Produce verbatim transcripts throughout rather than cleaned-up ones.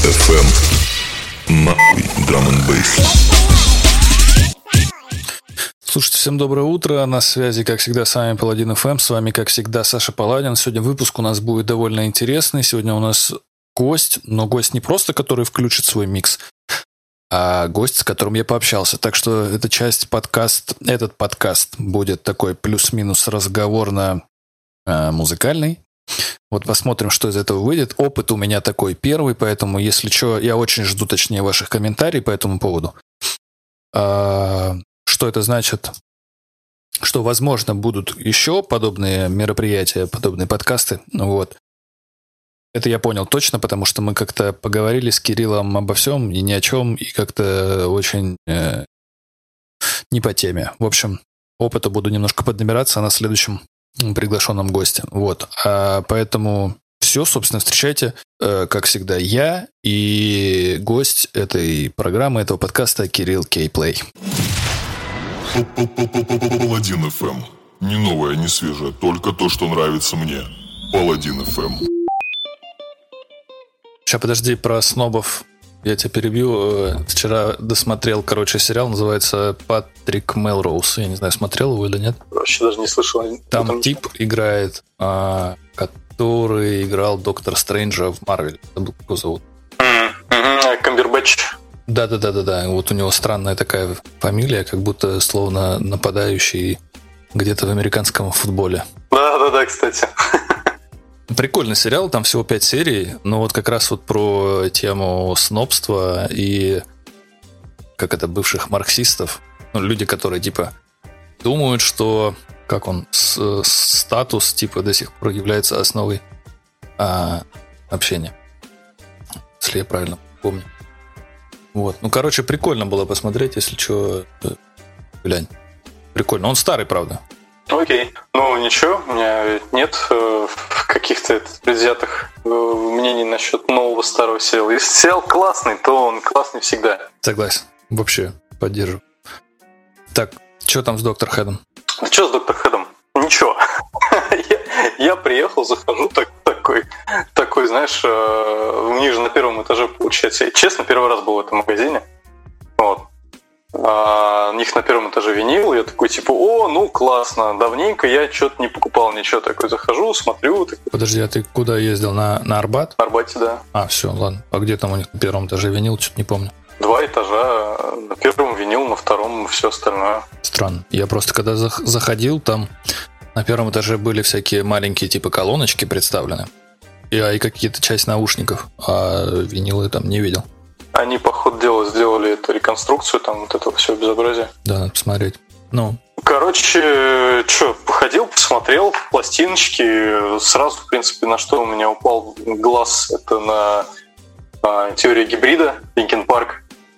эф эм. Нахуй драм энд бейс. Слушайте, всем доброе утро. На связи, как всегда, с вами Паладин эф эм. С вами, как всегда, Саша Паладин. Сегодня выпуск у нас будет довольно интересный. Сегодня у нас гость, но гость не просто, который включит свой микс, а гость, с которым я пообщался. Так что эта часть подкаст, этот подкаст будет такой плюс-минус разговорно-музыкальный. Вот посмотрим, что из этого выйдет. Опыт у меня такой первый, поэтому, если что, я очень жду, точнее, ваших комментариев по этому поводу. А, что это значит? Что, возможно, будут еще подобные мероприятия, подобные подкасты. Вот. Это я понял точно, потому что мы как-то поговорили с Кириллом обо всем и ни о чем, и как-то очень э, не по теме. В общем, опыта буду немножко поднабираться на следующем приглашенном госте. Вот. А поэтому все, собственно, встречайте, э, как всегда, я и гость этой программы, этого подкаста Кирилл Кейплей. Паладин эф эм. Не новое, не свежее, только то, что нравится мне. Паладин эф эм. Сейчас, подожди, про снобов я тебя перебью. Вчера досмотрел, короче, сериал, называется «Патрик Мелроуз». Я не знаю, смотрел его или нет. Вообще даже не слышал. Там Потому... тип играет, а, который играл Доктора Стрэнджа в Марвеле. Забыл, как его зовут. Mm-hmm. Камбербэтч. Да-да-да-да-да. Вот у него странная такая фамилия, как будто словно нападающий где-то в американском футболе. Да-да-да, кстати. Прикольный сериал, там всего пять серий, но вот как раз вот про тему снобства и, как это, бывших марксистов, ну, люди, которые, типа, думают, что, как он, с, статус, типа, до сих пор является основой а, общения, если я правильно помню. Вот, ну, короче, прикольно было посмотреть, если что, глянь, прикольно, он старый, правда. Окей. Ну, ничего, у меня нет э, каких-то предвзятых э, мнений насчет нового старого сериала. Если сериал классный, то он классный всегда. Согласен. Вообще, поддерживаю. Так, что там с Доктор Хэдом? Что с Доктор Хэдом? Ничего. я, я приехал, захожу так, такой, такой, знаешь, э, у них же на первом этаже получается. Я, честно, первый раз был в этом магазине. Вот. А, у них на первом этаже винил, я такой, типа, о, ну классно, давненько я что-то не покупал, ничего, такой захожу, смотрю. Такой... Подожди, а ты куда ездил? На, на Арбат? На Арбате, да. А, все, ладно. А где там у них на первом этаже винил, что-то не помню. Два этажа, на первом винил, на втором все остальное. Странно. Я просто когда заходил, там на первом этаже были всякие маленькие типа колоночки представлены, и, и какие-то часть наушников, а винилы там не видел. Они, по ходу дела, сделали эту реконструкцию, там вот это все безобразие. Да, надо посмотреть. Ну. Короче, что, походил, посмотрел пластиночки. Сразу, в принципе, на что у меня упал глаз, это на а, теория гибрида, Linkin Park.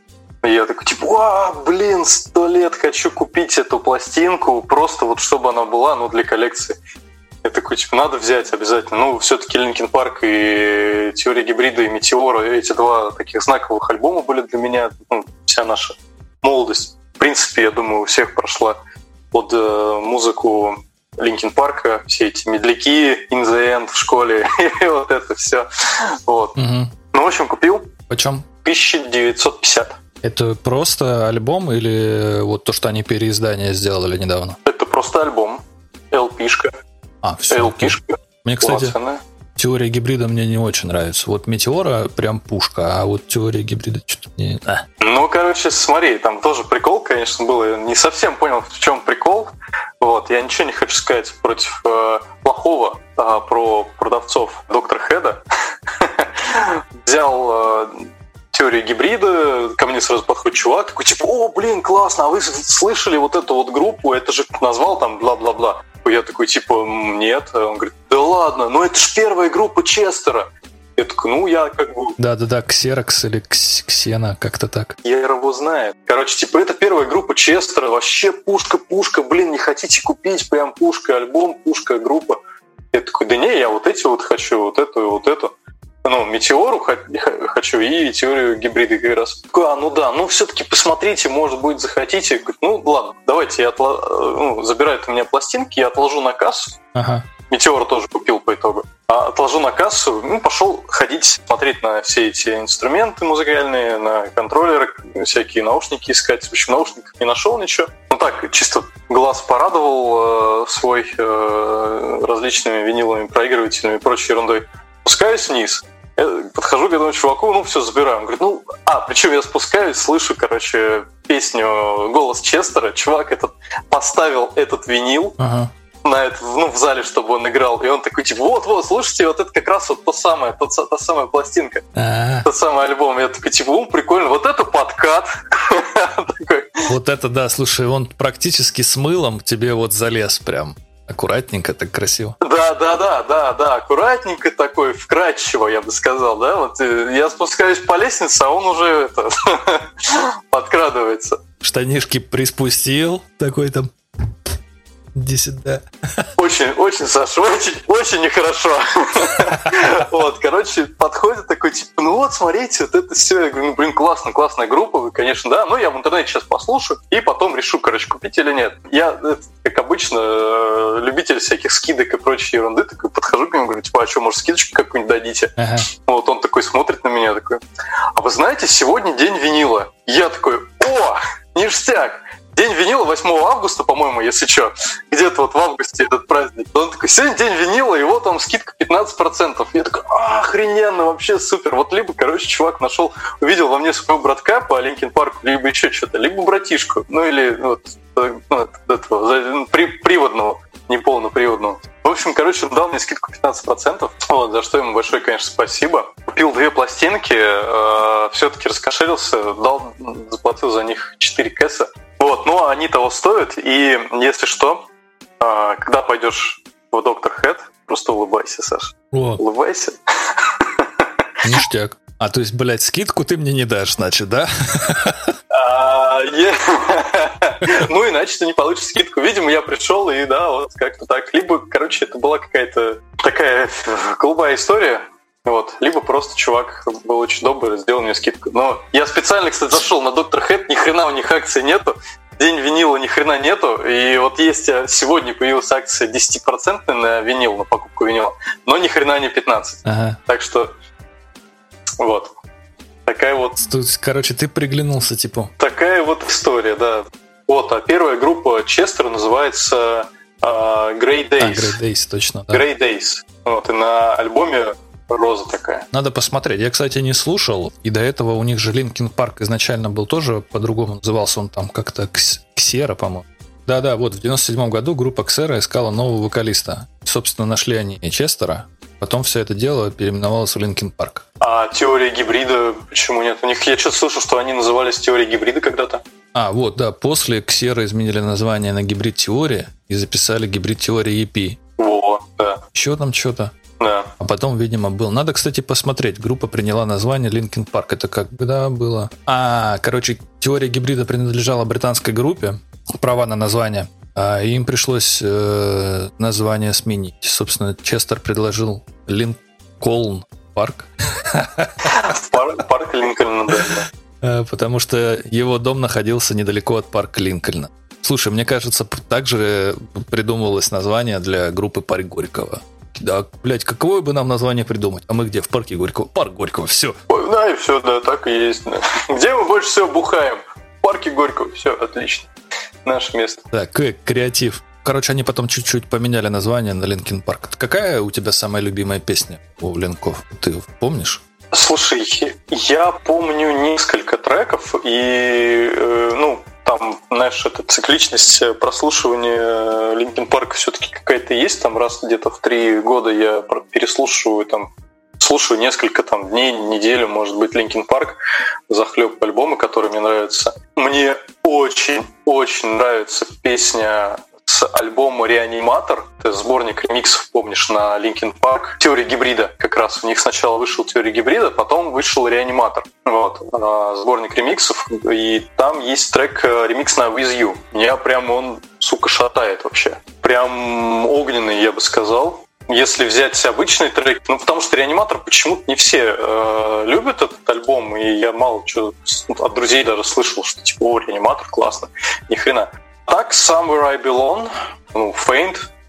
И я такой, типа, а, блин, сто лет хочу купить эту пластинку, просто вот чтобы она была, ну, для коллекции. Я такой, типа, надо взять обязательно. Ну, все-таки Linkin Park и теория гибрида, и Метеора, эти два таких знаковых альбома были для меня, ну, вся наша молодость. В принципе, я думаю, у всех прошла под э, музыку Linkin Park, все эти медляки, In the End в школе, и вот это все. Вот. Угу. Ну, в общем, купил. Почем? тысяча девятьсот пятьдесят. Это просто альбом или вот то, что они переиздание сделали недавно? Это просто альбом, эл пи-шка. А, все. эл пи-шка. Мне, кстати, Классная. Теория гибрида мне не очень нравится. Вот Метеора прям пушка, а вот теория гибрида что-то не... А. Ну, короче, смотри, там тоже прикол, конечно, был. Я не совсем понял, в чем прикол. Вот, я ничего не хочу сказать против э, плохого э, про продавцов Доктор Хэда. Взял э, теорию гибрида, ко мне сразу подходит чувак, такой, типа, о, блин, классно, а вы слышали вот эту вот группу, это же назвал там бла-бла-бла. Я такой, типа, нет. Он говорит, да ладно, ну это ж первая группа Честера. Я такой, ну я как бы... Да-да-да, Ксерокс или Кс- Ксена, как-то так. Я его знаю. Короче, типа, это первая группа Честера, вообще пушка-пушка, блин, не хотите купить, прям пушка, альбом, пушка, группа. Я такой, да не, я вот эти вот хочу, вот эту и вот эту. Ну, Метеору хочу и теорию гибрида как раз. А, ну да, ну все-таки посмотрите, может быть, захотите. Ну ладно, давайте я отла... ну, забирают у меня пластинки, я отложу на кассу. Ага. Метеор тоже купил по итогу. А отложу на кассу, ну, пошел ходить, смотреть на все эти инструменты музыкальные, на контроллеры, всякие наушники искать. В общем, наушников не нашел ничего. Ну так, чисто глаз порадовал э, свой э, различными виниловыми проигрывателями и прочей ерундой. Спускаюсь вниз. Подхожу к этому чуваку, ну, все, забираю. Он говорит, ну, а, причем я спускаюсь, слышу, короче, песню «Голос Честера». Чувак этот поставил этот винил ага. на это, ну, в зале, чтобы он играл. И он такой, типа, вот-вот, слушайте, вот это как раз вот то самое, то, та самая пластинка, А-а-а. тот самый альбом. Я такой, типа, ну, прикольно, вот это подкат. Вот это, да, слушай, он практически с мылом тебе вот залез прям. Аккуратненько, так красиво. Да, да, да, да, да, аккуратненько такой, вкрадчиво, я бы сказал, да. Вот я спускаюсь по лестнице, а он уже это, подкрадывается. Штанишки приспустил, такой там. Иди сюда. Очень, очень, Саша, очень, очень нехорошо. Вот, короче, подходит такой, типа, ну вот, смотрите, вот это все. Я говорю, ну, блин, классно, классная группа, вы, конечно, да. Ну, я в интернете сейчас послушаю и потом решу, короче, купить или нет. Я, как обычно, любитель всяких скидок и прочей ерунды, такой подхожу к нему, говорю, типа, а что, может, скидочку какую-нибудь дадите? Ага. Вот он такой смотрит на меня, такой, а вы знаете, сегодня день винила. Я такой, о, ништяк. День винила восьмого августа, по-моему, если что. Где-то вот в августе этот праздник. Он такой, сегодня день винила, и вот там скидка пятнадцать процентов. Я такой, а, охрененно, вообще супер. Вот либо, короче, чувак нашел, увидел во мне своего братка по Linkin Park, либо еще что-то, либо братишку. Ну или вот, ну, этого, при, приводного, не полноприводного. В общем, короче, он дал мне скидку пятнадцать процентов, вот, за что ему большое, конечно, спасибо. Купил две пластинки, э, все-таки раскошелился, дал, заплатил за них четыре кэса. Вот, но они того стоят, и если что, э, когда пойдешь в доктор Хэд, просто улыбайся, Саша. О. Улыбайся. Ништяк. А то есть, блядь, скидку ты мне не дашь, значит, да? Ну, иначе ты не получишь скидку. Видимо, я пришел, и да, вот как-то так. Либо, короче, это была какая-то такая голубая история, вот. Либо просто чувак был очень добрый, сделал мне скидку. Но я специально, кстати, зашел на доктор Хэд, ни хрена у них акций нету, день винила ни хрена нету, и вот есть сегодня появилась акция десять процентов на винил, на покупку винила, но ни хрена не пятнадцать. Ага. Так что вот. Такая вот... Тут, короче, ты приглянулся, типа. Такая вот история, да. Вот, а первая группа Честера называется uh, Grey Days. А, Grey Days, точно. Да. Grey Days. Вот, и на альбоме роза такая. Надо посмотреть. Я, кстати, не слушал, и до этого у них же Linkin Park изначально был тоже по-другому, назывался он там как-то Ксера, по-моему. Да-да, вот в девяносто седьмом году группа Ксера искала нового вокалиста. Собственно, нашли они Честера. Потом все это дело переименовалось в Linkin Park. А теория гибрида, почему нет? У них я что-то слышал, что они назывались теорией гибрида когда-то. А, вот, да, после Ксера изменили название на гибрид теория и записали гибрид теория и пи. Во, да. Еще там что-то. Да. А потом, видимо, был. Надо, кстати, посмотреть. Группа приняла название Linkin Park. Это когда было? А, короче, теория гибрида принадлежала британской группе. Права на название. А им пришлось э, название сменить. Собственно, Честер предложил Линкольн Парк. Парк Линкольна, да. Потому что его дом находился недалеко от парка Линкольна. Слушай, мне кажется, также придумывалось название для группы Парк Горького. Да, блядь, какое бы нам название придумать? А мы где? В парке Горького. Парк Горького, все. Ой, да, и все, да, так и есть. Да. Где мы больше всего бухаем? В парке Горького, все, отлично. Наше место. Так, креатив. Короче, они потом чуть-чуть поменяли название на Linkin Park. Какая у тебя самая любимая песня у Линков? Ты помнишь? Слушай, я помню несколько треков, и, э, ну, там, знаешь, эта цикличность прослушивания Linkin Park все-таки какая-то есть. Там раз где-то в три года я переслушиваю, там, слушаю несколько там дней, неделю, может быть, Linkin Park, захлеб альбомы, которые мне нравятся. Мне очень-очень нравится песня с альбома «Реаниматор». Это сборник ремиксов, помнишь, на Linkin Park. «Теория гибрида» как раз. У них сначала вышел «Теория гибрида», потом вышел «Реаниматор». Вот. Сборник ремиксов. И там есть трек ремикс на «With You». Меня прям он, сука, шатает вообще. Прям огненный, я бы сказал. Если взять обычный трек, ну потому что «Реаниматор» почему-то не все э, любят этот альбом, и я мало чего от друзей даже слышал, что типа, о, «Реаниматор» классно, ни хрена. Так, «Somewhere I Belong», ну, «Faint»,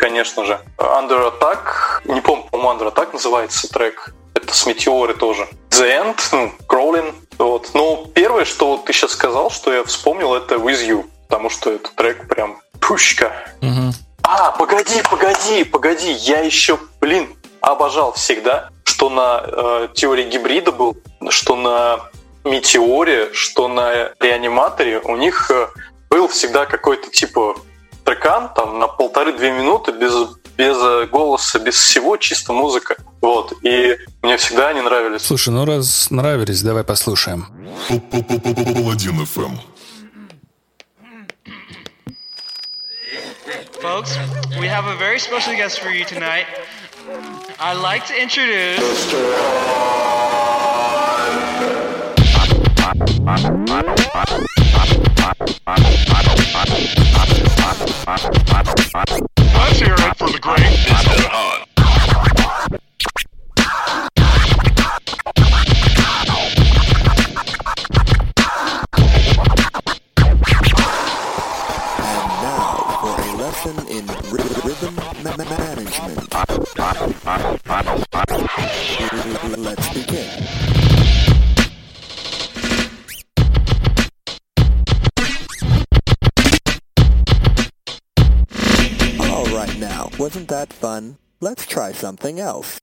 конечно же. Under Attack, не помню, по-моему, Under Attack называется трек. Это с Метеоры тоже. The End, ну, Crawling. Вот. Но первое, что вот ты сейчас сказал, что я вспомнил, это With You. Потому что этот трек прям пушка. Угу. А, погоди, погоди, погоди. Я еще, блин, обожал всегда, что на э, теории гибрида был, что на Метеоре, что на Реаниматоре у них э, был всегда какой-то типа трекан там на полторы-две минуты без, без голоса, без всего, чисто музыка. Вот. И мне всегда они нравились. Слушай, ну раз нравились, давай послушаем. Паладин эф эм. Folks, we have a very special guest for you tonight. I'd like to introduce... Let's hear it for the great Mister Hunt. In rhythm management. Let's begin. All right now, wasn't that fun? Let's try something else.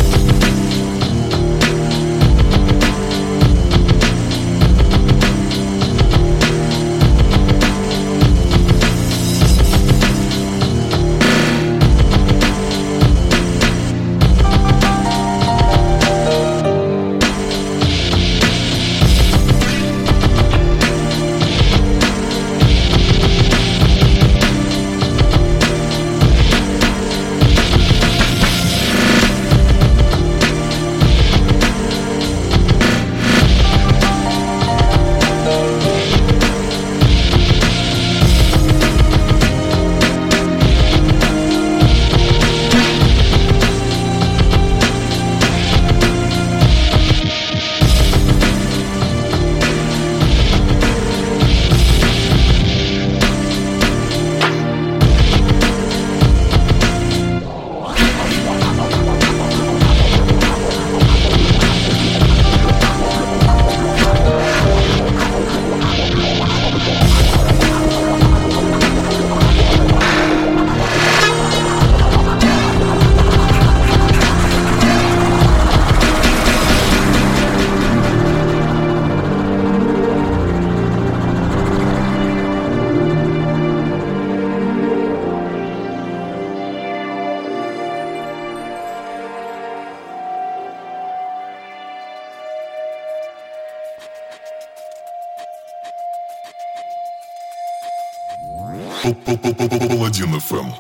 Паладин эф эм.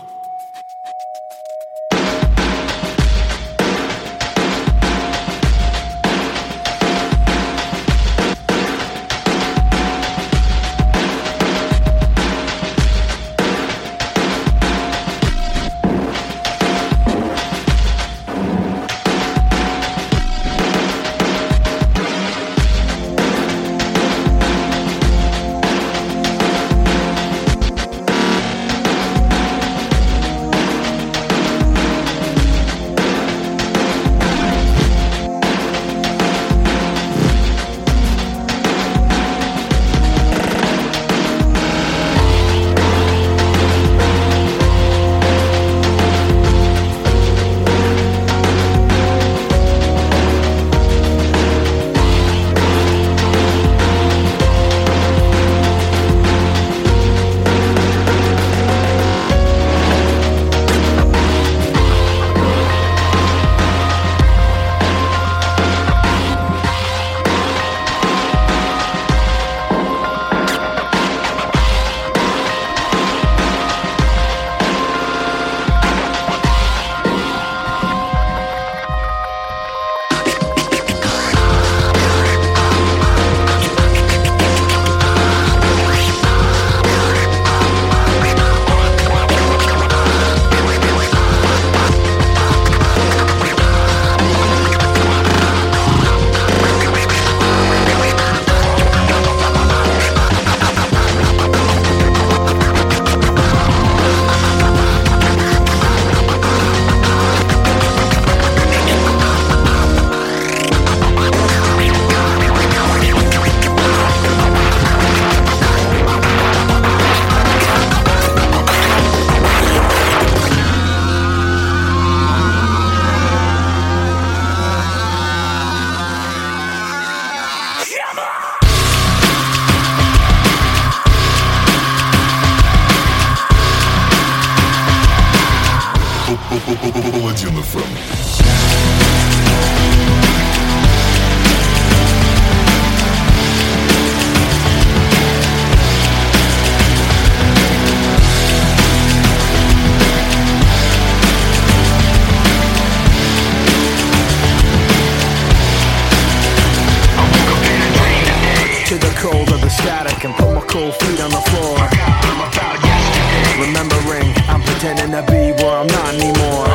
cold feet on the floor. Remembering I'm pretending to be where I'm not anymore.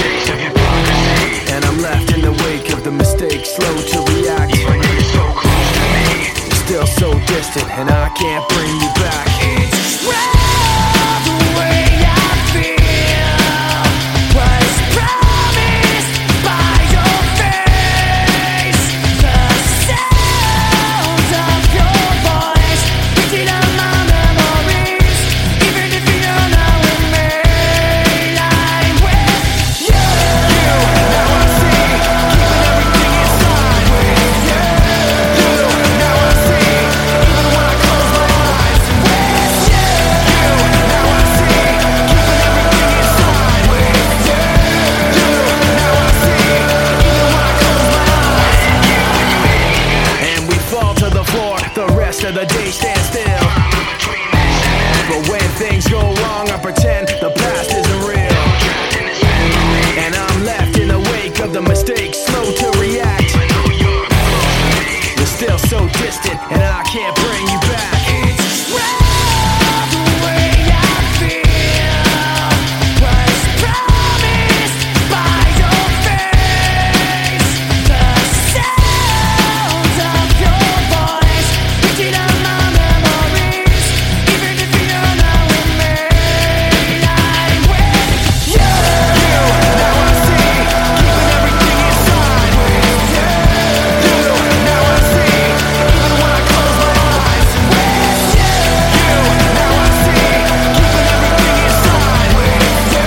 And I'm left in the wake of the mistakes, slow to react. Still so distant, and I can't bring you back. It's well the way I feel was promised by your face. The sounds of your voice reaching out my memories. Even if you don't know with me, I'm with you. Now I see, keeping everything inside with you. Now I see, even when I close my eyes with you. Now I see, keeping everything inside with you. Now I see, even when I close my eyes. And we fall to the floor, the rest of the day stand still. But when things go wrong, I pretend the past isn't real. And I'm left in the wake of the mistakes, slow to react. You're still so distant, and I can't bring you back. It's well the way I feel was promised by your face. The sounds of your voice reaching out my memories. Even if you don't know with me, I'm with you. Now I see, keeping everything inside with you. Now I see, even when I close my eyes with you. Now I see, keeping everything inside with you.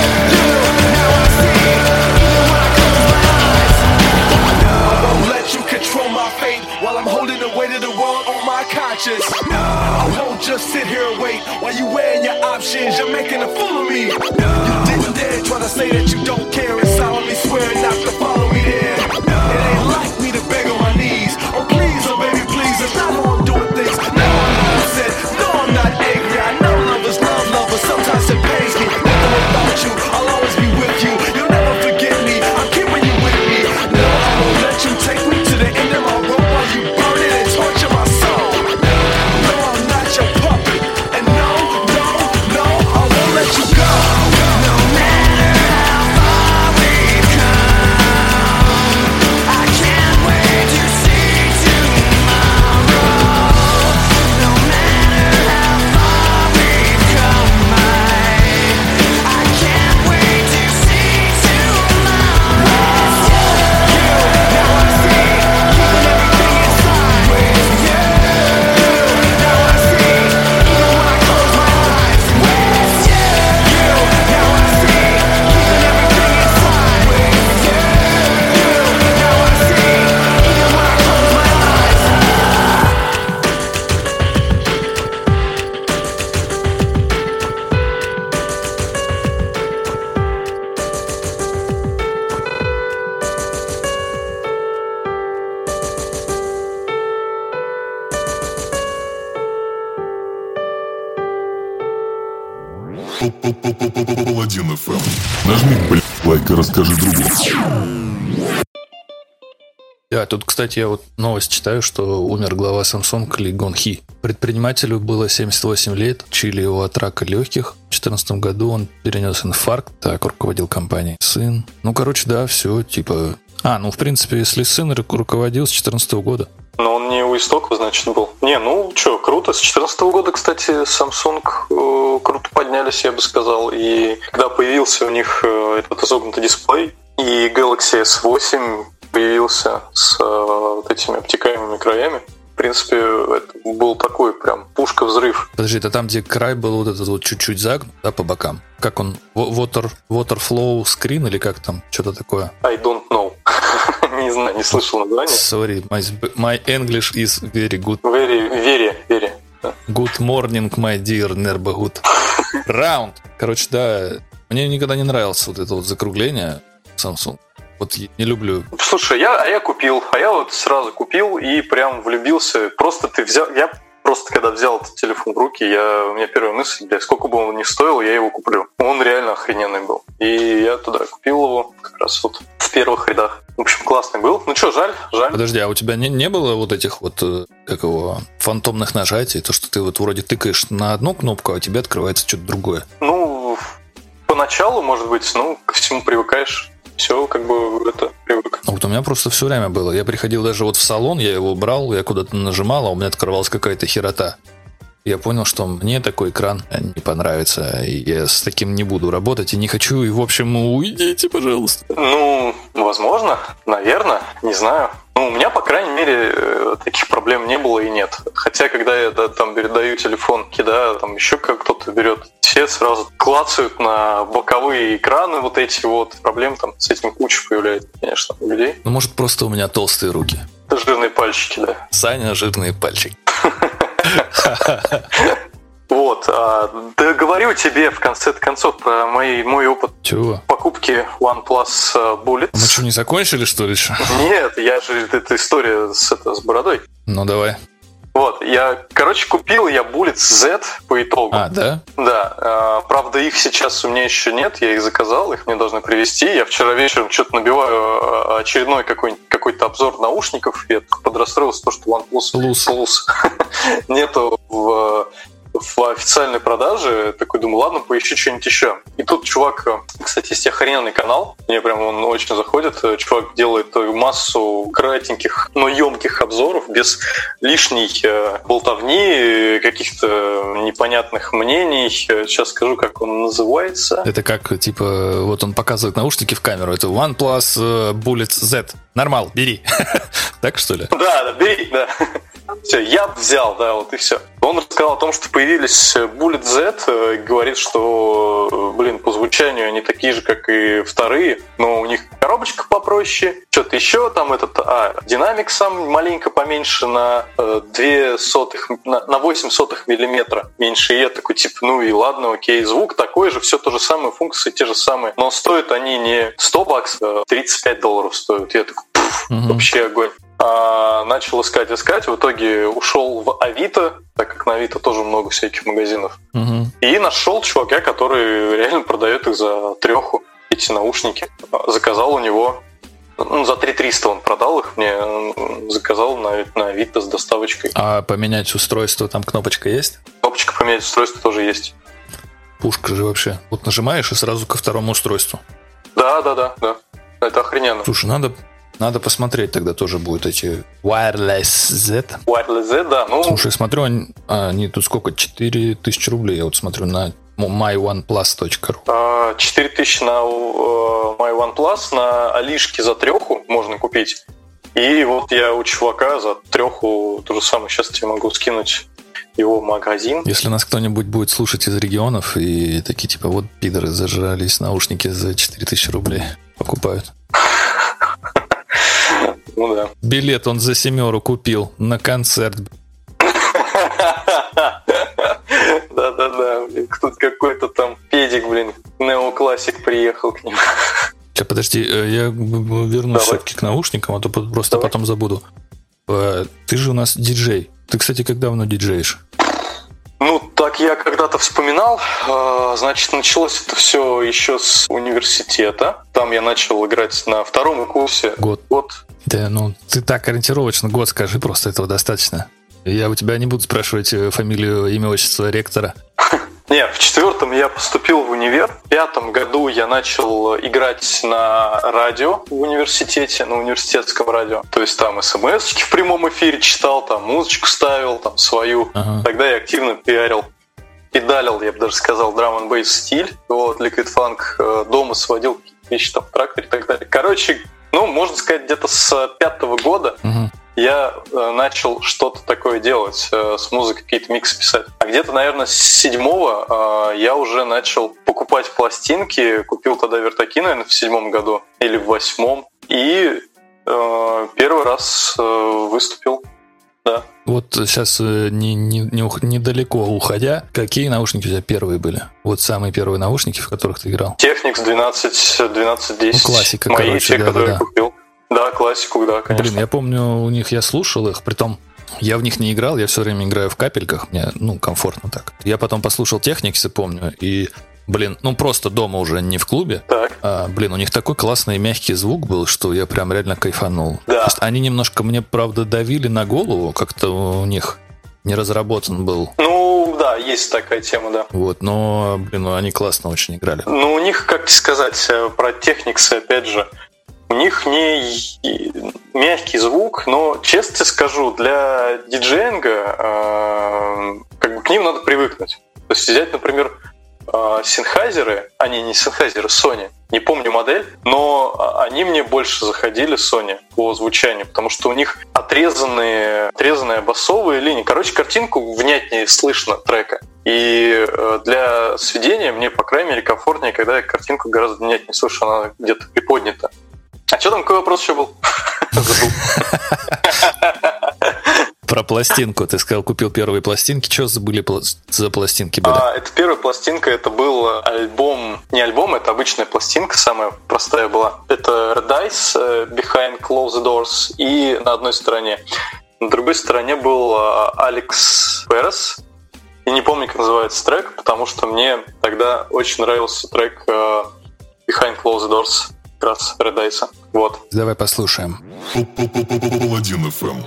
Now I see, even when I close my eyes. I won't let you control my fate while I'm holding the weight of the world on my conscience. I won't just sit here and wait while you weighing your options. You're making a fool of me. You didn't dare try to say that you don't care and solemnly swear not to follow me there. It ain't like me to beg on my knees. Oh please, oh baby, please. It's not how I'm doing things. No, I'm upset. No, I'm not angry. I know love is love, love, but sometimes it pains me. Nothing without you, I'll always be with you. You'll never forget me. I'm keeping you with me. No, I won't let you take me to the end of my rope while you burn it and torture my soul. No, I'm not your puppet. And no, no, no, I won't let you go. No matter how far we've come, I can't wait to see tomorrow. No matter how far we've come, I, I can't wait to see tomorrow. Now I see, keeping everything inside with you. Now I see, even when I close my eyes with you. Now I see, keeping everything inside with you. Now I see, even when I close my eyes. Паладин эф эм. Нажми, блядь, лайк и расскажи другу. Да, тут, кстати, я вот новость читаю, что умер глава Samsung Ли Гон Хи. Предпринимателю было семьдесят восемь лет, лечили его от рака легких. В две тысячи четырнадцатом году он перенес инфаркт, так, руководил компанией. Сын. Ну, короче, да, все, типа... А, ну, в принципе, если сын ру- руководил с две тысячи четырнадцатого года. Но он не у истоков, значит, был. Не, ну что, круто. С две тысячи четырнадцатого года, кстати, Samsung э, круто поднялись, я бы сказал. И когда появился у них э, этот изогнутый дисплей, и Galaxy эс восемь появился с э, вот этими обтекаемыми краями, в принципе, это был такой прям пушка-взрыв. Подожди, это там, где край был вот этот вот чуть-чуть загнут, да, по бокам? Как он? Water, water flow screen или как там? Что-то такое? I don't know. Не знаю, не слышал название. Sorry, my, my English is very good. Very, very, very. Good morning, my dear neighborhood. Round. Короче, да, мне никогда не нравилось вот это вот закругление Samsung. Вот я не люблю. Слушай, я, а я купил, а я вот сразу купил и прям влюбился. Просто ты взял, я просто когда взял этот телефон в руки, я, у меня первая мысль, бля, сколько бы он ни стоил, я его куплю. Он реально охрененный был. И я туда купил его как раз вот в первых рядах. В общем, классный был. Ну что, жаль, жаль. Подожди, а у тебя не, не было вот этих вот, как его, фантомных нажатий? То, что ты вот вроде тыкаешь на одну кнопку, а у тебя открывается что-то другое? Ну, поначалу, может быть, ну, ко всему привыкаешь. Все, как бы, это, привык. А вот у меня просто все время было. Я приходил даже вот в салон, я его брал, я куда-то нажимал, а у меня открывалась какая-то херота. Я понял, что мне такой экран не понравится, и я с таким не буду работать, и не хочу, и, в общем, уйдите, пожалуйста. Ну, возможно, наверное, не знаю. Ну, у меня, по крайней мере, таких проблем не было и нет. Хотя, когда я да, там передаю телефон, кидаю, там еще как кто-то берет, все сразу клацают на боковые экраны вот эти вот. Проблем там с этим куча появляется, конечно, у людей. Ну, может, просто у меня толстые руки. Это жирные пальчики, да. Саня, жирные пальчики. Вот, а, да говорю тебе в конце концов про мой, мой опыт Чего? покупки OnePlus Bullet. Мы что, не закончили, что ли? Нет, я же, это история с, это, с бородой. Ну, давай. Вот, я, короче, купил я Bullet Z по итогу. А, да? Да, а, правда, их сейчас у меня еще нет, я их заказал, их мне должны привезти. Я вчера вечером что-то набиваю очередной какой-нибудь, какой-то обзор наушников, и я подрастроился то, что OnePlus Plus. Plus нету в... в официальной продаже, такой думаю, ладно, поищу что-нибудь еще. И тут чувак, кстати, есть охрененный канал, мне прям он очень заходит, чувак делает массу кратеньких, но емких обзоров, без лишней болтовни, каких-то непонятных мнений. Сейчас скажу, как он называется. Это как, типа, вот он показывает наушники в камеру, это OnePlus Bullet Z. Нормал, бери. Так, что ли? Да, да, бери, да. Все, я взял, да, вот и все. Он рассказал о том, что появились Bullet Z, и говорит, что, блин, по звучанию они такие же, как и вторые, но у них коробочка попроще, что-то еще, там этот, а, динамик сам маленько поменьше на две сотых, на, на восемь сотых миллиметра меньше, и я такой, типа, ну и ладно, окей, звук такой же, все то же самое, функции те же самые, но стоят они не сто баксов, а тридцать пять долларов стоят. Я такой, пфф, угу. Вообще огонь. А, начал искать, искать, в итоге ушел в Авито, так как на Авито тоже много всяких магазинов. Угу. И нашел чувака, который реально продает их за треху, эти наушники. Заказал у него, ну, за три триста он продал их мне, заказал на, на Авито с доставочкой. А поменять устройство, там кнопочка есть? Кнопочка поменять устройство тоже есть. Пушка же вообще. Вот нажимаешь и сразу ко второму устройству. Да, да, да, да. Это охрененно. Слушай, надо... Надо посмотреть, тогда тоже будут эти Wireless Z. Wireless Z, да. Ну... Слушай, смотрю, они, а, они тут сколько? четыре тысячи рублей. Я вот смотрю на май ван плас точка ру. четыре тысячи на uh, MyOnePlus, на Алишке за треху можно купить. И вот я у чувака за треху то же самое. Сейчас тебе могу скинуть его магазин. Если нас кто-нибудь будет слушать из регионов и такие типа, вот пидоры зажрались, наушники за четыре тысячи рублей покупают. Ну да. Билет он за семеру купил на концерт. Да-да-да, кто-то какой-то там педик, блин, неоклассик приехал к ним. Сейчас, подожди, я вернусь все-таки к наушникам, а то просто Давай. потом забуду. Ты же у нас диджей. Ты, кстати, как давно диджеешь? Ну, так я когда-то вспоминал. Значит, началось это все еще с университета. Там я начал играть на втором курсе. Год. Год. Да, ну, ты так ориентировочно год скажи, просто этого достаточно. Я у тебя не буду спрашивать фамилию, имя, отчество ректора. Нет, в четвертом я поступил в универ. В пятом году я начал играть на радио в университете, на университетском радио. То есть там смс-очки в прямом эфире читал, там музычку ставил, там свою. Ага. Тогда я активно пиарил, педалил, я бы даже сказал, драм-н-бейс стиль. Вот, Liquid Funk, дома сводил какие-то вещи там в тракторе и так далее. Короче, ну, можно сказать, где-то с пятого года угу. я э, начал что-то такое делать, э, с музыкой какие-то миксы писать. А где-то, наверное, с седьмого э, я уже начал покупать пластинки. Купил тогда вертаки, наверное, в седьмом году или в восьмом. И э, первый раз э, выступил. Да. Вот сейчас не, не, не, недалеко уходя, какие наушники у тебя первые были? Вот самые первые наушники, в которых ты играл? Техникс двенадцать десять. Ну, классика, Мои, короче, те, да, которые да, я купил. Да, классику, да, конечно. Блин, я помню, у них я слушал их, притом Я в них не играл, я все время играю в капельках, мне, ну, комфортно так. Я потом послушал Technics, помню, и, блин, ну, просто дома уже, не в клубе. Так. А, блин, у них такой классный и мягкий звук был, что я прям реально кайфанул. Да. То есть они немножко мне, правда, давили на голову, как-то у них не разработан был. Ну, да, есть такая тема, да. Вот, но, блин, ну, они классно очень играли. Ну, у них, как сказать, про Technics, опять же, у них не мягкий звук, но, честно тебе скажу, для диджеинга э, как бы к ним надо привыкнуть. То есть взять, например, э, синхайзеры, они не синхайзеры, Sony, не помню модель, но они мне больше заходили, Sony, по звучанию, потому что у них отрезанные, отрезанные басовые линии. Короче, картинку внятнее слышно трека. И для сведения мне, по крайней мере, комфортнее, когда я картинку гораздо внятнее слышу, она где-то приподнята. А что там, какой вопрос еще был? Про пластинку. Ты сказал, купил первые пластинки. Что были за пластинки были? А, это первая пластинка, это был альбом, не альбом, это обычная пластинка, самая простая была. Это Red Eyes, Behind Closed Doors, и на одной стороне. На другой стороне был Алекс Перес. И не помню, как называется трек, потому что мне тогда очень нравился трек Behind Closed Doors, как раз Red Eyes. Вот. Давай послушаем. Паладин эф эм.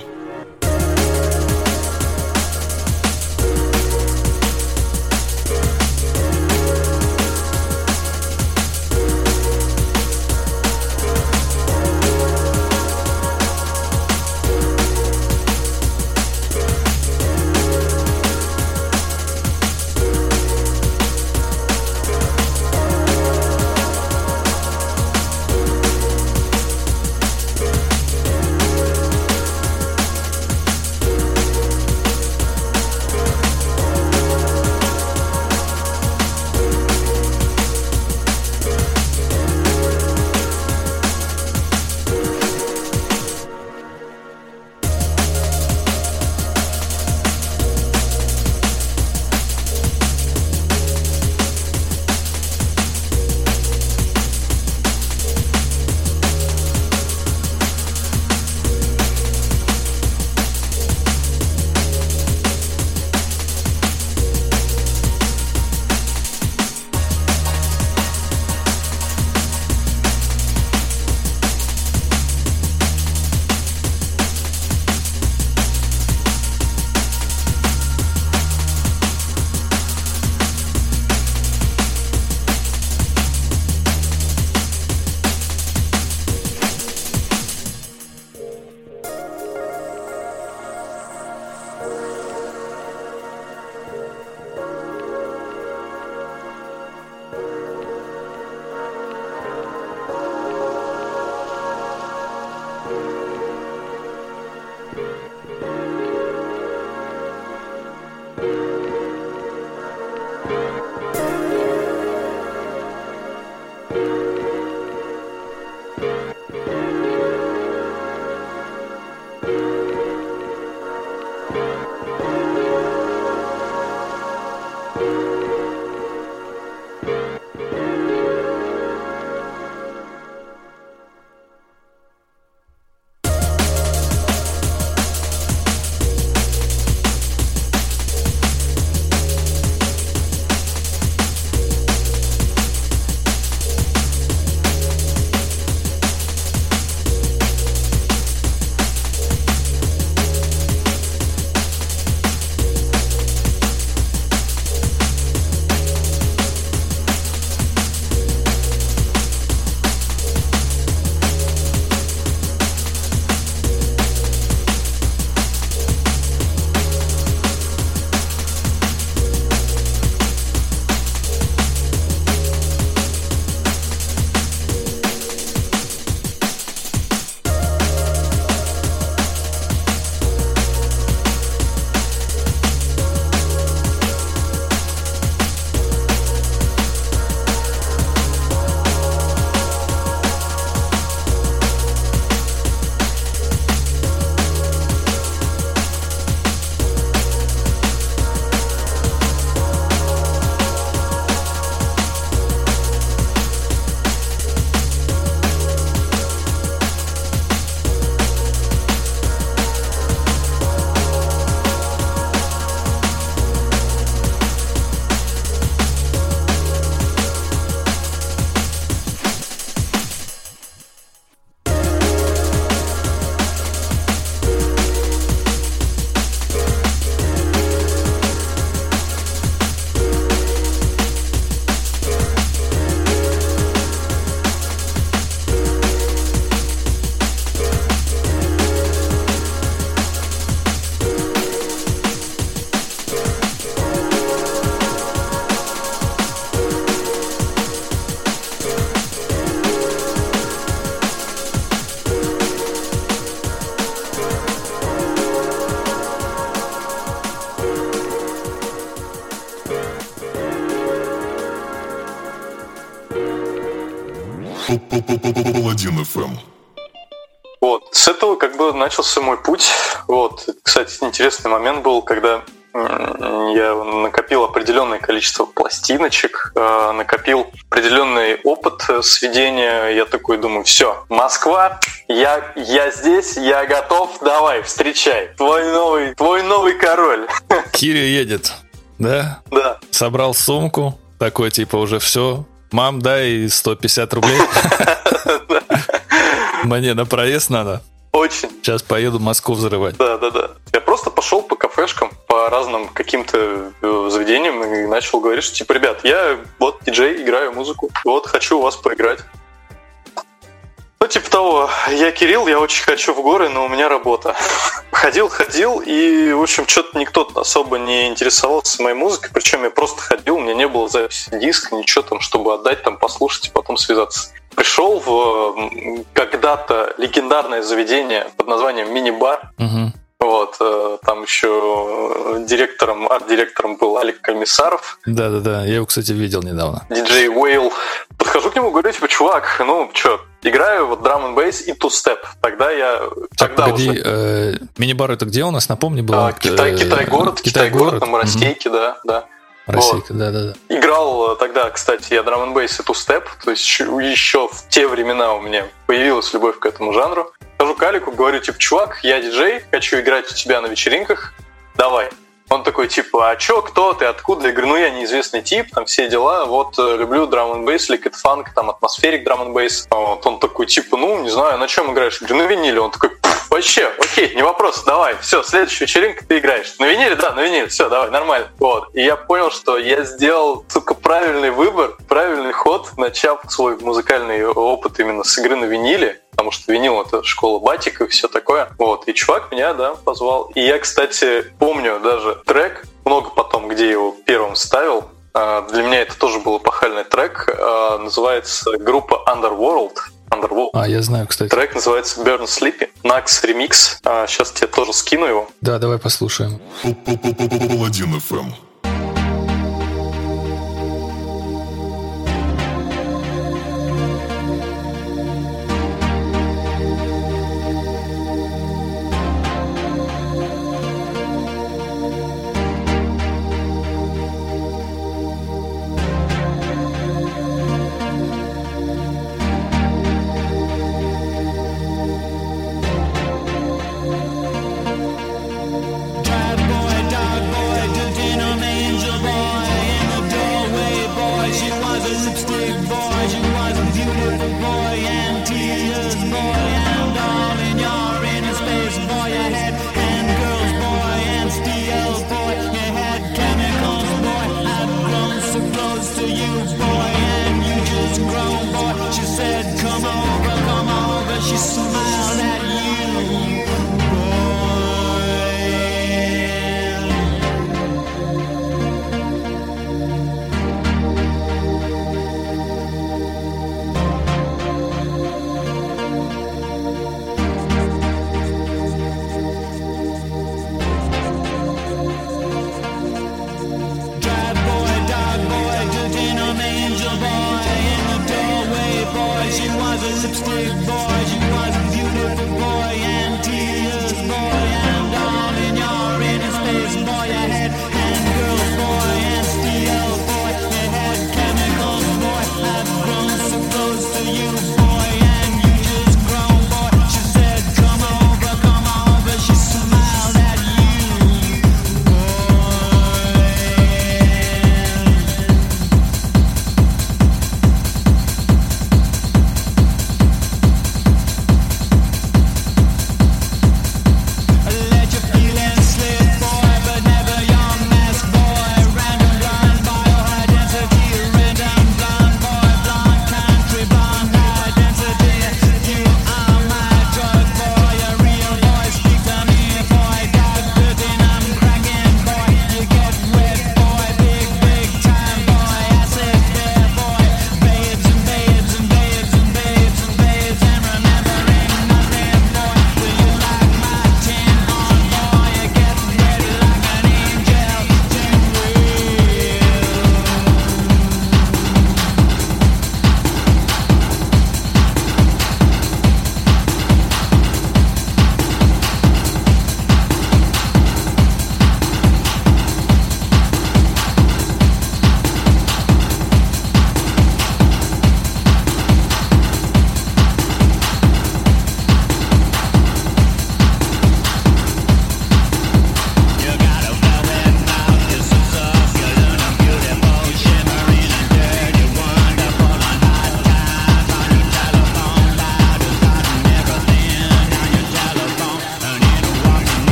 эф эм. Вот, с этого как бы начался мой путь. Вот, кстати, интересный момент был, когда я накопил определенное количество пластиночек, накопил определенный опыт сведения. Я такой думаю, все, Москва, я, я здесь, я готов, давай, встречай. Твой новый, твой новый король. Киря едет, да? Да. Собрал сумку, такой типа уже все. Мам, дай сто пятьдесят рублей. Мне на проезд надо. Очень. Сейчас поеду Москву взрывать. Да, да, да. Я просто пошел по кафешкам, по разным каким-то заведениям и начал говорить, что типа, ребят, я вот диджей, играю музыку, вот хочу у вас поиграть. Ну, типа того, я Кирилл, я очень хочу в горы, но у меня работа. Ходил, ходил, и, в общем, что-то никто особо не интересовался моей музыкой, причем я просто ходил, у меня не было записи диска, ничего там, чтобы отдать, там, послушать и потом связаться. Пришел в когда-то легендарное заведение под названием «Мини-бар». Угу. Вот, там еще директором, арт-директором был Алик Комиссаров. Да-да-да, я его, кстати, видел недавно. Диджей Whale. Подхожу к нему, говорю, типа, чувак, ну, что, играю вот драм н бейс и ту-степ. Тогда я... Так, тогда погоди, уже... э, мини-бар это где у нас, напомни, был? А, Китай, Китай-город, Китай-город, на Моростейке, угу. да, да. Российка, да-да-да. Вот. Играл тогда, кстати, я драм н бейс и ту-степ, то есть еще в те времена у меня появилась любовь к этому жанру. Хожу к Алику, говорю, типа, чувак, я диджей, хочу играть у тебя на вечеринках, давай. Он такой, типа, а чё, кто ты, откуда? Я говорю, ну я неизвестный тип, там все дела, вот люблю драм н бейс, ликвид фанк, там атмосферик драм н бейс. Вот он такой, типа, ну не знаю, на чем играешь? Я говорю, на виниле. Он такой, вообще, окей, не вопрос, давай, все, следующая вечеринка ты играешь. На виниле, да, на виниле, все, давай, нормально. Вот. И я понял, что я сделал, сука, правильный выбор, правильный ход, начав свой музыкальный опыт именно с игры на виниле. Потому что винил — это школа батика и все такое. Вот. И чувак меня, да, позвал. И я, кстати, помню даже трек, много потом, где я его первым ставил. Для меня это тоже был эпохальный трек. Называется группа Underworld. Underworld. А, я знаю, кстати. Трек называется Burn Sleepy. Накс ремикс. Сейчас тебе тоже скину его. Да, давай послушаем. Паладин эф эм. Dog boy, dog boy, good dinner man.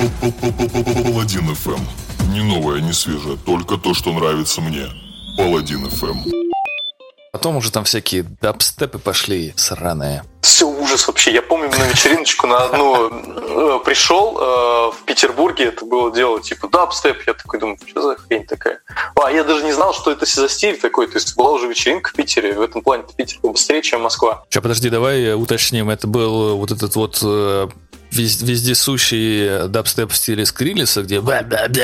Паладин эф эм. Не новое, не свежее, только то, что нравится мне. Паладин эф эм. Потом уже там всякие дабстепы пошли сраные. Все ужас вообще. Я помню, на вечериночку на одну э, пришел э, в Петербурге, это было дело типа дабстеп. Я такой думаю, что за хрень такая? А я даже не знал, что это за стиль такой. То есть была уже вечеринка в Питере. В этом плане Питер был быстрее, чем Москва. Че, подожди, давай уточним. Это был вот этот вот э, вездесущий дабстеп в стиле Скриллиса, где вот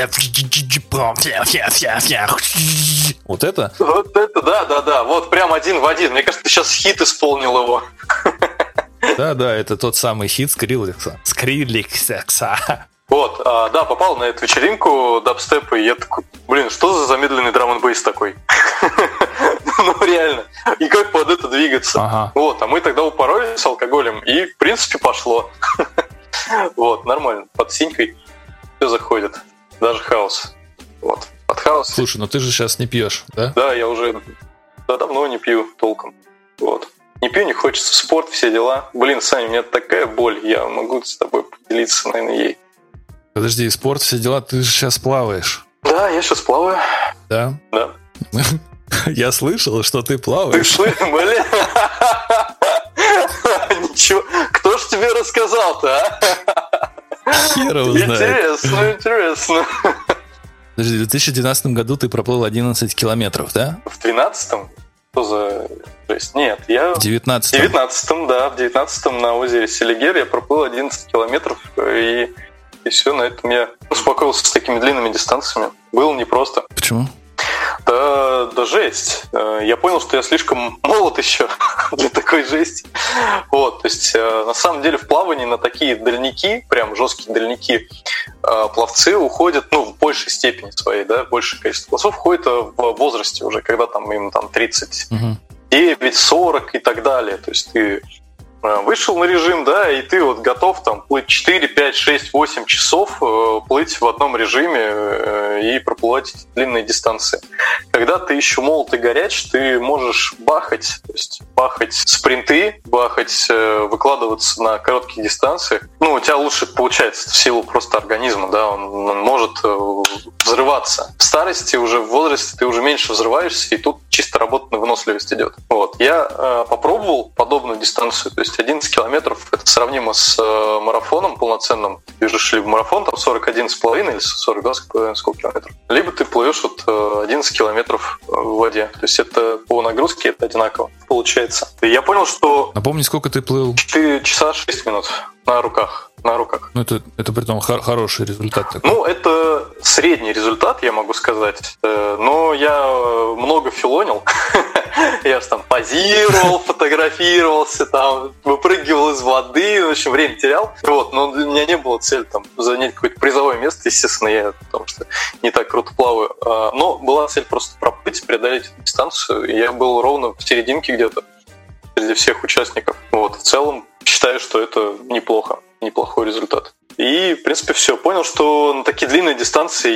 это? Вот это, да, да, да. Вот прям один в один. Мне кажется, ты сейчас хит исполнил его. Да, да, это тот самый хит Скриллекса. Скриллекса. Вот, а, да, попал на эту вечеринку дабстепа, и я такой, блин, что за замедленный драм-н-бейс такой? Ну, реально. И как под это двигаться? Ага. Вот, а мы тогда упоролись с алкоголем, и, в принципе, пошло. Вот, нормально, под синькой все заходит. Даже хаос. Вот, под хаос. Слушай, ну ты же сейчас не пьешь, да? Да, я уже да, давно не пью толком. Вот. Не пью, не хочется, спорт, все дела. Блин, Саня, у меня такая боль, я могу с тобой поделиться, наверное, ей. Подожди, спорт, все дела, ты же сейчас плаваешь. Да, я сейчас плаваю. Да? Да. Я слышал, что ты Ты плаваешь. слышишь, блин? Ничего, кто ж тебе рассказал-то, а? Хер его знает. Интересно, интересно. Подожди, в две тысячи двенадцатом году ты проплыл одиннадцать километров, да? В двенадцатом? Что за жесть? Нет, я... В девятнадцатом. В девятнадцатом, да, в девятнадцатом на озере Селигер я проплыл одиннадцать километров, и, и все, на этом я успокоился с такими длинными дистанциями. Было непросто. Почему? Да, да жесть. Я понял, что я слишком молод еще для такой жести. Вот, то есть, на самом деле, в плавании на такие дальники, прям жесткие дальники, пловцы уходят, ну, в большей степени своей, да, большее количество пловцов уходит в возрасте уже, когда там им там тридцать девять, сорок и так далее. То есть ты вышел на режим, да, и ты вот готов там плыть четыре, пять, шесть, восемь часов, э, плыть в одном режиме э, и проплывать эти длинные дистанции. Когда ты еще молод и горяч, ты можешь бахать, то есть бахать спринты, бахать, э, выкладываться на коротких дистанциях. Ну, у тебя лучше получается в силу просто организма, да, он, он может э, взрываться. В старости уже, в возрасте ты уже меньше взрываешься, и тут чисто работа на выносливость идет. Вот. Я э, попробовал подобную дистанцию, то есть одиннадцать километров, это сравнимо с э, марафоном полноценным. Ты бежишь либо марафон, там сорок один с половиной или сорок два с половиной сколько километров, либо ты плывешь вот э, одиннадцать километров в воде. То есть это по нагрузке это одинаково получается. И я понял, что... Напомни, сколько ты плыл? четыре часа шесть минут на руках. На руках. Ну, это, это при том хор- хороший результат такой. Ну, это средний результат, я могу сказать. Но я много филонил. Я же там позировал, фотографировался, там выпрыгивал из воды, в общем, время терял. Вот, но у меня не было цели там занять какое-то призовое место, естественно, я, потому что не так круто плаваю. Но была цель просто проплыть, преодолеть эту дистанцию. И я был ровно в серединке где-то среди всех участников. Вот, в целом считаю, что это неплохо. Неплохой результат. И, в принципе, все. Понял, что на такие длинные дистанции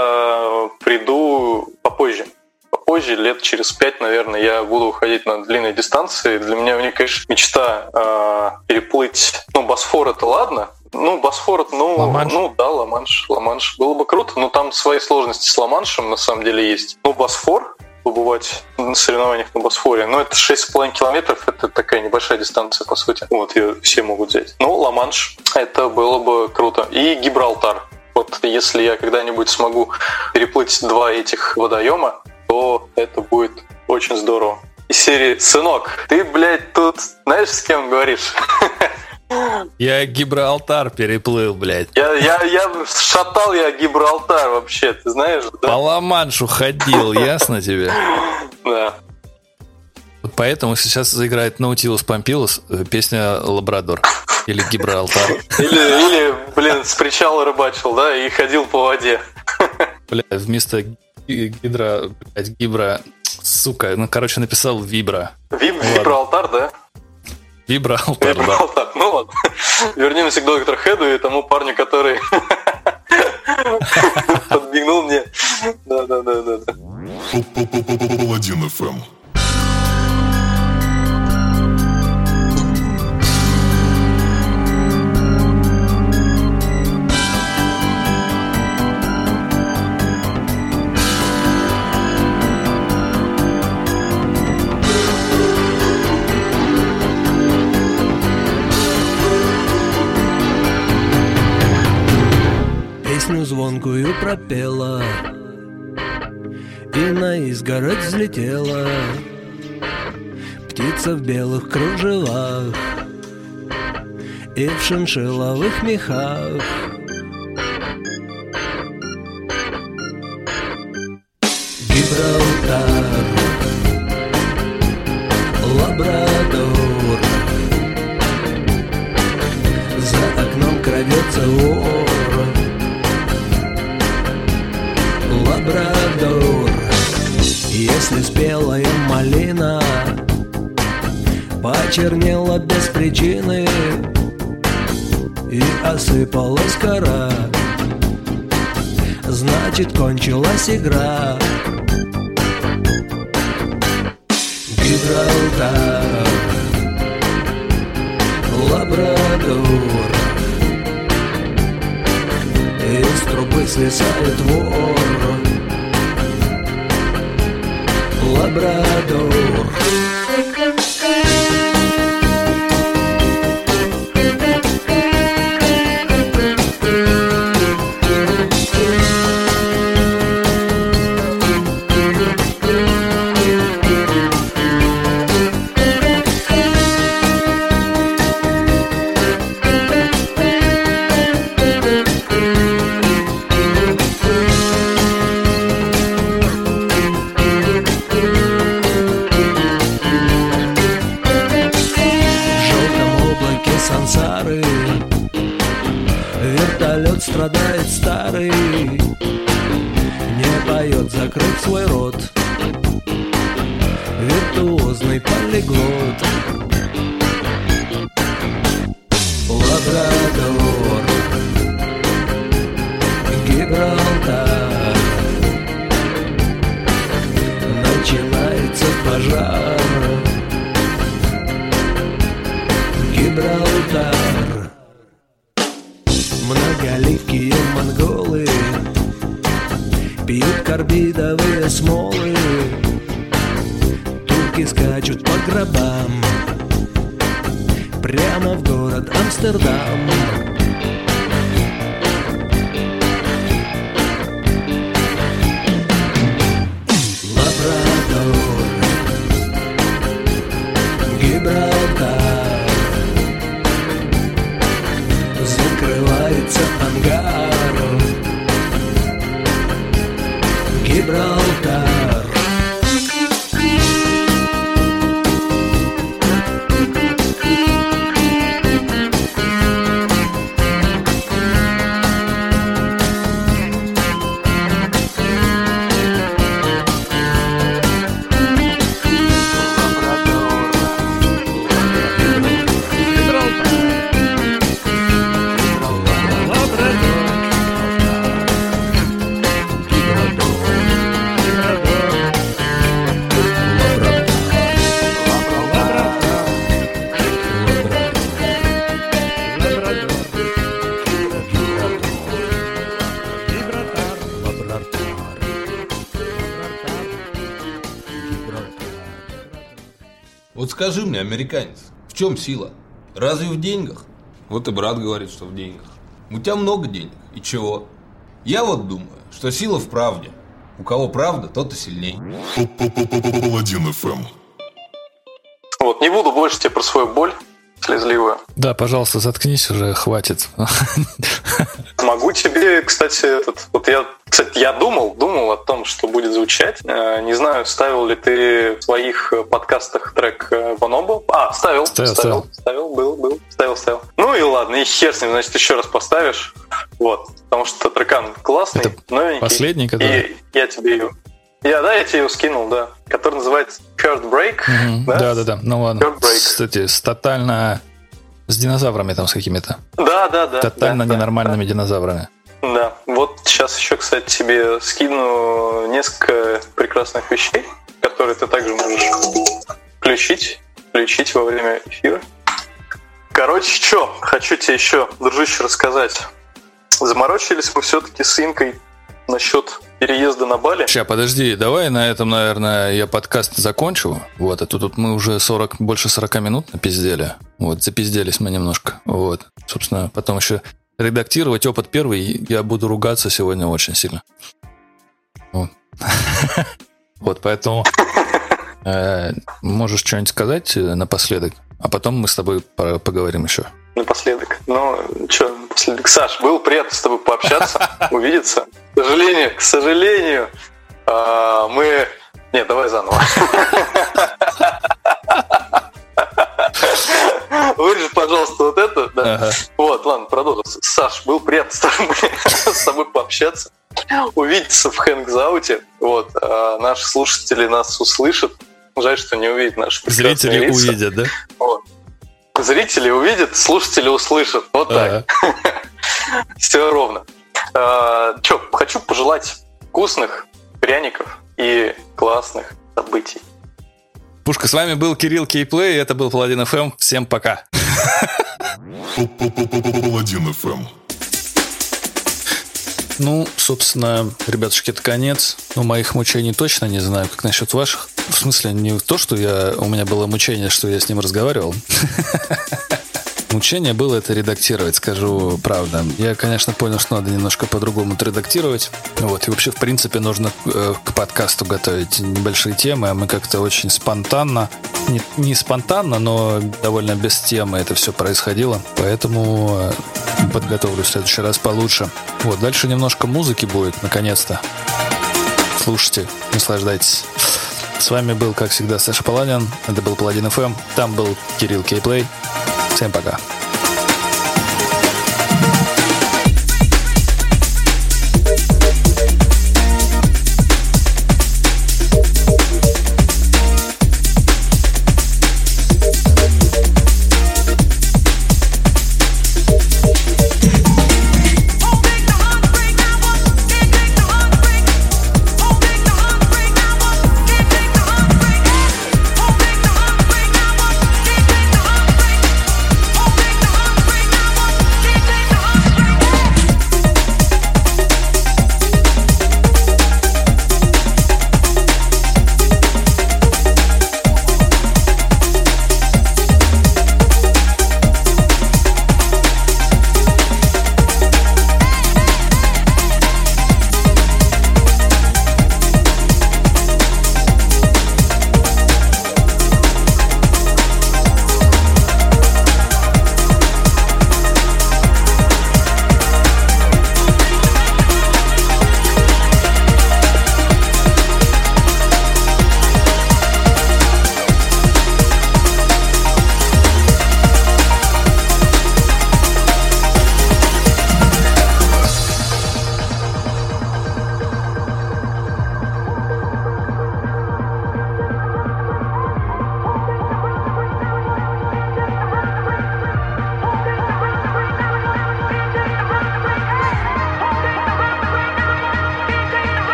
я приду попозже. Попозже, лет через пять, наверное, я буду уходить на длинные дистанции. Для меня у них, конечно, мечта э, переплыть... Ну, Босфор — это ладно. Ну, Босфор — ну, Ла-Манш? ну да, Ла-Манш. Ла-Манш. Было бы круто, но там свои сложности с Ла-Маншем, на самом деле, есть. Ну, Босфор... побывать на соревнованиях на Босфоре. Но это шесть с половиной километров, это такая небольшая дистанция, по сути. Вот, ее все могут взять. Ну, Ла-Манш, это было бы круто. И Гибралтар. Вот если я когда-нибудь смогу переплыть два этих водоема, то это будет очень здорово. Из серии «Сынок, ты, блядь, тут знаешь, с кем говоришь?» Я Гибралтар переплыл, блядь. Я, я, я шатал я Гибралтар вообще, ты знаешь, да? По Ла-Маншу ходил, ясно тебе? Да. Вот поэтому сейчас заиграет Наутилус Помпилус, песня «Лабрадор» или «Гибралтар». Или, или, блин, с причала рыбачил, да, и ходил по воде. Бля, вместо гидра, блядь, гибра, сука, ну, короче, написал вибра. Виб, Ну, Вибралтар, да? Вибралтар, да. Вибралтар. Ну ладно. Вернемся к доктору Хеду и тому парню, который подмигнул мне. Да-да-да-да. Паладин эф эм. звонкую пропела, и на изгородь взлетела птица в белых кружевах и в шиншилловых мехах. Гибралтар, Лабрадор, за окном крадется вор. Лабрадор, если спелая малина почернела без причины и осыпалась кора, значит, кончилась игра. Гибралтар, Лабрадор, из трубы свисает вор. Лабрадор. Вертолет страдает старый, не поет, закрыт свой рот. Виртуозный полиглот. Лабрадор, Гибралтар, начинается пожар. Гибралтар. Многоливкие монголы пьют карбидовые смолы. Турки скачут по гробам прямо в город Амстердам. Лабрадор, Гибралтар, закрывается ангар. Гибралтар. Вот скажи мне, американец, в чем сила? Разве в деньгах? Вот и брат говорит, что в деньгах. У тебя много денег, и чего? Я вот думаю, что сила в правде. У кого правда, тот и сильней. Паладин эф эм. Вот, не буду больше тебе про свою боль слезливую. Да, пожалуйста, заткнись уже, хватит. Могу тебе, кстати, этот, вот я, кстати, я думал, думал о том, что будет звучать. Не знаю, ставил ли ты в своих подкастах трек Bonobo? А, ставил, ставил, ставил, ставил, ставил, был, был, ставил, ставил. Ну и ладно, и хер с ним, значит, еще раз поставишь. Вот, потому что трекан классный, это новенький. Последний, который? И я тебе ее... Я, да, я тебе ее скинул, да. Который называется Heartbreak. Угу. Да? да, да, да. Ну ладно. Heartbreak. Кстати, с тотально... С динозаврами там, с какими-то. Да, да, да. Тотально да, ненормальными да. динозаврами. Да. Вот сейчас еще, кстати, тебе скину несколько прекрасных вещей, которые ты также можешь включить, включить во время эфира. Короче, что, хочу тебе еще, дружище, рассказать. Заморочились мы все-таки с Инкой насчет переезда на Бали. Сейчас, подожди, давай на этом, наверное, я подкаст закончу. Вот, а то тут мы уже сорок, больше сорока минут напиздели. Вот, запизделись мы немножко. Вот, собственно, потом еще редактировать опыт первый, я буду ругаться сегодня очень сильно. Вот, вот поэтому э, можешь что-нибудь сказать напоследок, а потом мы с тобой поговорим еще. Напоследок. Ну, что, напоследок. Саш, был приятно с тобой пообщаться, увидеться. К сожалению, к сожалению, э, мы... Нет, давай заново. Вырежи, пожалуйста, вот это. Да. Ага. Вот, ладно, продолжим. Саш, был приятно с тобой, с тобой пообщаться. Увидеться в хэнгзауте. Вот, а наши слушатели нас услышат. Жаль, что не увидят наши прекрасные Зрители лица. увидят, да? Вот. Зрители увидят, слушатели услышат. Вот ага. так. Все ровно. А, Че, хочу пожелать вкусных пряников и классных событий. Пушка, с вами был Кирилл Кейплей, это был Паладин эф эм. Всем пока. Паладин эф эм. Ну, собственно, ребятушки, это конец. Ну, моих мучений точно не знаю, как насчет ваших. В смысле, не то, что я, у меня было мучение, что я с ним разговаривал. Мучение было это редактировать, скажу правда. Я, конечно, понял, что надо немножко по-другому отредактировать. Вот. И вообще, в принципе, нужно э, к подкасту готовить небольшие темы, а мы как-то очень спонтанно, не, не спонтанно, но довольно без темы это все происходило. Поэтому э, подготовлю в следующий раз получше. Вот. Дальше немножко музыки будет, наконец-то. Слушайте, наслаждайтесь. С вами был, как всегда, Саша Паладин. Это был Паладин эф эм. Там был Кирилл Кейплей. Всем пока. Hold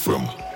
эф эм.